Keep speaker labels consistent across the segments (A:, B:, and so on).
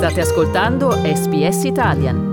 A: State ascoltando SBS Italian.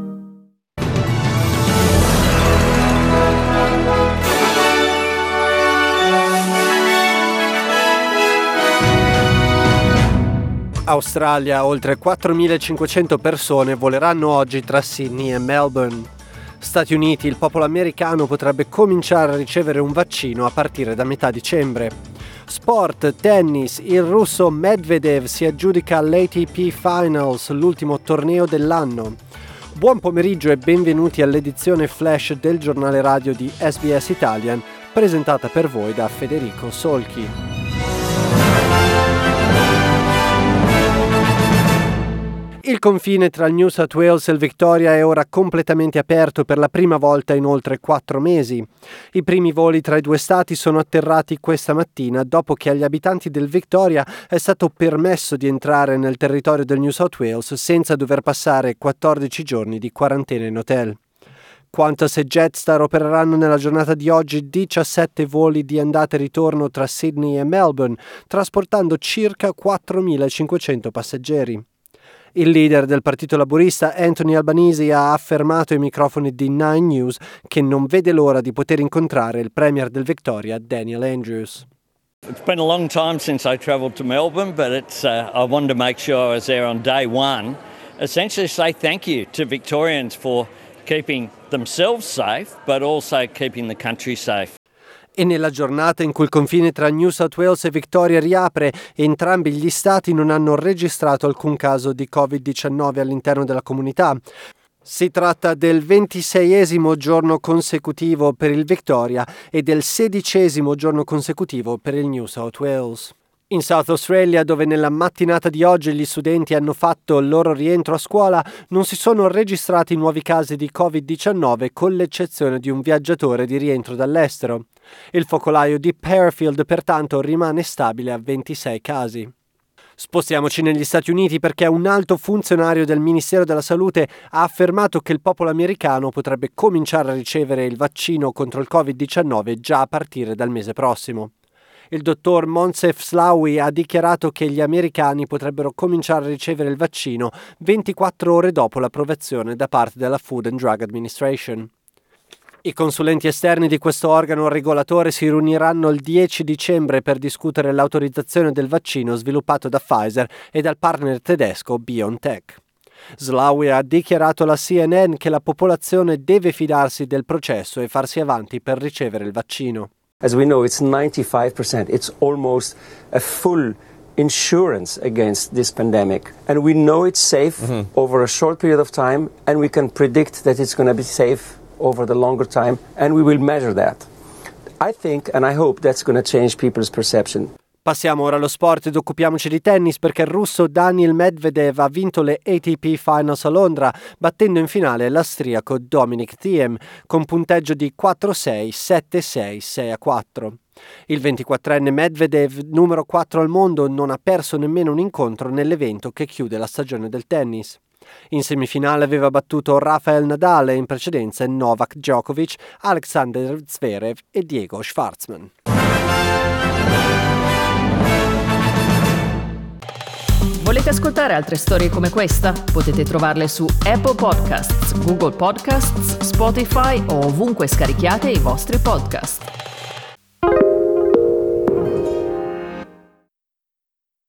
B: Australia, oltre 4.500 persone voleranno oggi tra Sydney e Melbourne. Stati Uniti, il popolo americano potrebbe cominciare a ricevere un vaccino a partire da metà dicembre. Sport, tennis, il russo Medvedev si aggiudica l'ATP Finals, l'ultimo torneo dell'anno. Buon pomeriggio e benvenuti all'edizione flash del giornale radio di SBS Italian, presentata per voi da Federico Solchi. Il confine tra il New South Wales e il Victoria è ora completamente aperto per la prima volta in oltre 4 mesi. I primi voli tra i due stati sono atterrati questa mattina dopo che agli abitanti del Victoria è stato permesso di entrare nel territorio del New South Wales senza dover passare 14 giorni di quarantena in hotel. Qantas e Jetstar opereranno nella giornata di oggi 17 voli di andata e ritorno tra Sydney e Melbourne, trasportando circa 4.500 passeggeri. Il leader del Partito Laburista Anthony Albanese ha affermato ai microfoni di Nine News che non vede l'ora di poter incontrare il premier del Victoria Daniel Andrews.
C: It's been a long time since I travelled to Melbourne, but I wanted to make sure I was there on day one. Essentially say thank you to Victorians for keeping themselves safe, but also keeping the country safe.
B: E nella giornata in cui il confine tra New South Wales e Victoria riapre, entrambi gli stati non hanno registrato alcun caso di Covid-19 all'interno della comunità. Si tratta del 26esimo giorno consecutivo per il Victoria e del 16esimo giorno consecutivo per il New South Wales. In South Australia, dove nella mattinata di oggi gli studenti hanno fatto il loro rientro a scuola, non si sono registrati nuovi casi di Covid-19 con l'eccezione di un viaggiatore di rientro dall'estero. Il focolaio di Fairfield pertanto rimane stabile a 26 casi. Spostiamoci negli Stati Uniti perché un alto funzionario del Ministero della Salute ha affermato che il popolo americano potrebbe cominciare a ricevere il vaccino contro il Covid-19 già a partire dal mese prossimo. Il dottor Moncef Slaoui ha dichiarato che gli americani potrebbero cominciare a ricevere il vaccino 24 ore dopo l'approvazione da parte della Food and Drug Administration. I consulenti esterni di questo organo regolatore si riuniranno il 10 dicembre per discutere l'autorizzazione del vaccino sviluppato da Pfizer e dal partner tedesco BioNTech. Slaoui ha dichiarato alla CNN che la popolazione deve fidarsi del processo e farsi avanti per ricevere il vaccino.
D: As we know, it's 95%. It's almost a full insurance against this pandemic. And we know it's safe over a short period of time, and we can predict that it's going to be safe over the longer time, and we will measure that. I think and I hope that's going to change people's perception.
B: Passiamo ora allo sport ed occupiamoci di tennis perché il russo Daniil Medvedev ha vinto le ATP Finals a Londra, battendo in finale l'austriaco Dominic Thiem con punteggio di 4-6, 7-6, 6-4. Il 24enne Medvedev, numero 4 al mondo, non ha perso nemmeno un incontro nell'evento che chiude la stagione del tennis. In semifinale aveva battuto Rafael Nadal e in precedenza Novak Djokovic, Alexander Zverev e Diego Schwartzman.
A: Volete ascoltare altre storie come questa? Potete trovarle su Apple Podcasts, Google Podcasts, Spotify o ovunque scarichiate i vostri podcast.